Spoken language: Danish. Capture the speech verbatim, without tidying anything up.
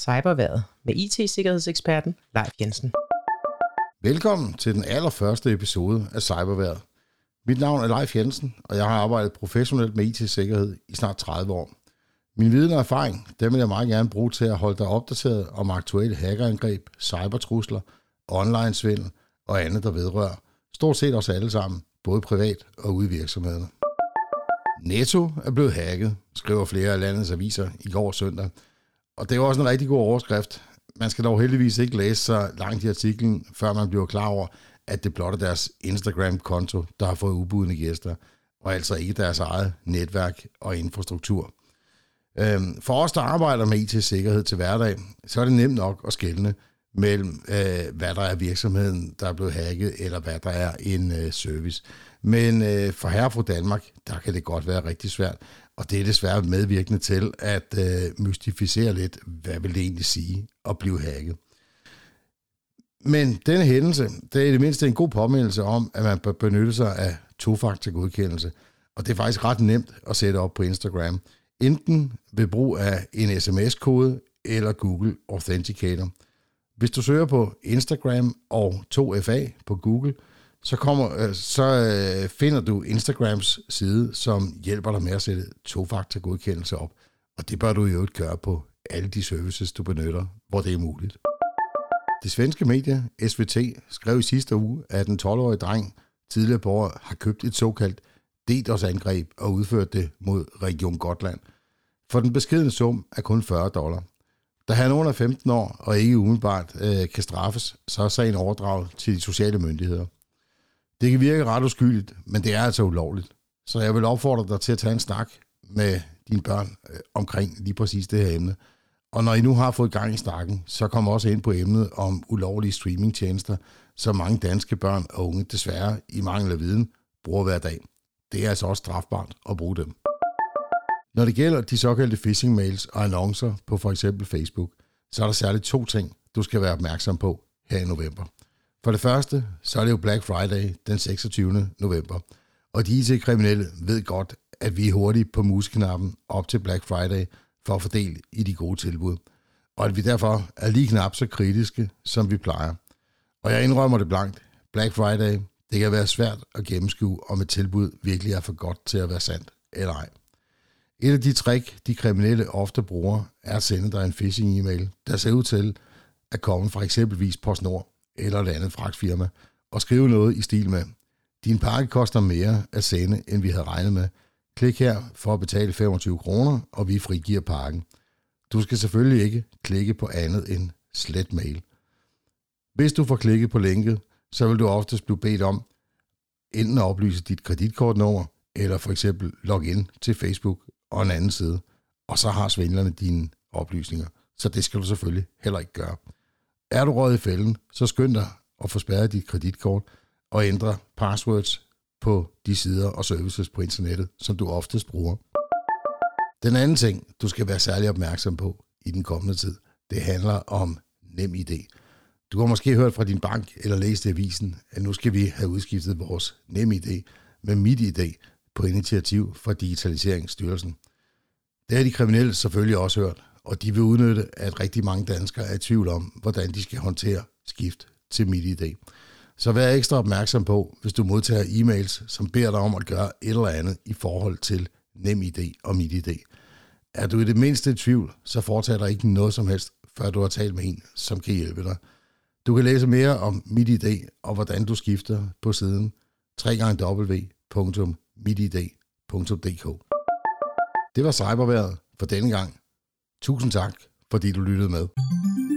Cyberværet med I T-sikkerhedseksperten Leif Jensen. Velkommen til den allerførste episode af Cyberværet. Mit navn er Leif Jensen, og jeg har arbejdet professionelt med I T-sikkerhed i snart tredive år. Min viden og erfaring, dem vil jeg meget gerne bruge til at holde dig opdateret om aktuelle hackerangreb, cybertrusler, online-svindel og andet, der vedrører stort set os alle sammen, både privat og ude i virksomhederne. Netto er blevet hacket, skriver flere af landets aviser i går søndag. Og det er også en rigtig god overskrift. Man skal dog heldigvis ikke læse så langt i artiklen, før man bliver klar over, at det blot er deres Instagram-konto, der har fået ubudne gæster, og altså ikke deres eget netværk og infrastruktur. For os, der arbejder med I T-sikkerhed til hverdag, så er det nemt nok at skelne mellem, hvad der er virksomheden, der er blevet hacket, eller hvad der er en service. Men for her fra Danmark, der kan det godt være rigtig svært, og det er desværre medvirkende til at mystificere lidt, hvad vil det egentlig sige at blive hacket. Men denne hændelse, det er i det mindste en god påmindelse om, at man bør benytte sig af tofaktorgodkendelse, og det er faktisk ret nemt at sætte op på Instagram, enten ved brug af en sms-kode eller Google Authenticator. Hvis du søger på Instagram og to F A på Google, så, kommer, så finder du Instagrams side, som hjælper dig med at sætte tofaktorgodkendelse op. Og det bør du i øvrigt gøre på alle de services, du benytter, hvor det er muligt. Det svenske medie S V T skrev i sidste uge, at en tolv-årig dreng tidligere på året har købt et såkaldt DDoS-angreb og udført det mod Region Gotland. For den beskedne sum er kun fyrre dollar. Da han er under femten år og ikke umiddelbart øh, kan straffes, så er sagen overdraget til de sociale myndigheder. Det kan virke ret uskyldigt, men det er altså ulovligt. Så jeg vil opfordre dig til at tage en snak med dine børn øh, omkring lige præcis det her emne. Og når I nu har fået gang i snakken, så kom også ind på emnet om ulovlige streamingtjenester, som mange danske børn og unge desværre i mangel af viden bruger hver dag. Det er altså også strafbart at bruge dem. Når det gælder de såkaldte phishing mails og annoncer på for eksempel Facebook, så er der særligt to ting, du skal være opmærksom på her i november. For det første, så er det jo Black Friday den seksogtyvende november, og de I T-kriminelle ved godt, at vi er hurtigt på musknappen op til Black Friday for at fordele i de gode tilbud, og at vi derfor er lige knap så kritiske, som vi plejer. Og jeg indrømmer det blankt. Black Friday, det kan være svært at gennemskue, om et tilbud virkelig er for godt til at være sandt eller ej. Et af de trick, de kriminelle ofte bruger, er at sende dig en phishing-e-mail, der ser ud til at komme fra eksempelvis PostNord eller et andet fragtfirma, og skrive noget i stil med: din pakke koster mere at sende, end vi havde regnet med. Klik her for at betale femogtyve kroner, og vi frigiver pakken. Du skal selvfølgelig ikke klikke på andet end slet mail. Hvis du får klikket på linket, så vil du oftest blive bedt om enten at oplyse dit kreditkortnummer, eller for eksempel logge ind til Facebook og en anden side, og så har svindlerne dine oplysninger. Så det skal du selvfølgelig heller ikke gøre. Er du røget i fælden, så skynd dig at få spærret dit kreditkort og ændre passwords på de sider og services på internettet, som du oftest bruger. Den anden ting, du skal være særlig opmærksom på i den kommende tid, det handler om NemID. Du har måske hørt fra din bank eller læst i avisen, at nu skal vi have udskiftet vores NemID med MitID på initiativ fra Digitaliseringsstyrelsen. Det har de kriminelle selvfølgelig også hørt, og de vil udnytte, at rigtig mange danskere er i tvivl om, hvordan de skal håndtere skift til MitID. Så vær ekstra opmærksom på, hvis du modtager e-mails, som beder dig om at gøre et eller andet i forhold til NemID og MitID. Er du i det mindste i tvivl, så foretager dig ikke noget som helst, før du har talt med en, som kan hjælpe dig. Du kan læse mere om MitID og hvordan du skifter på siden w w w punktum mitid punktum d k. Det var Cyberværet for denne gang. Tusind tak, fordi du lyttede med.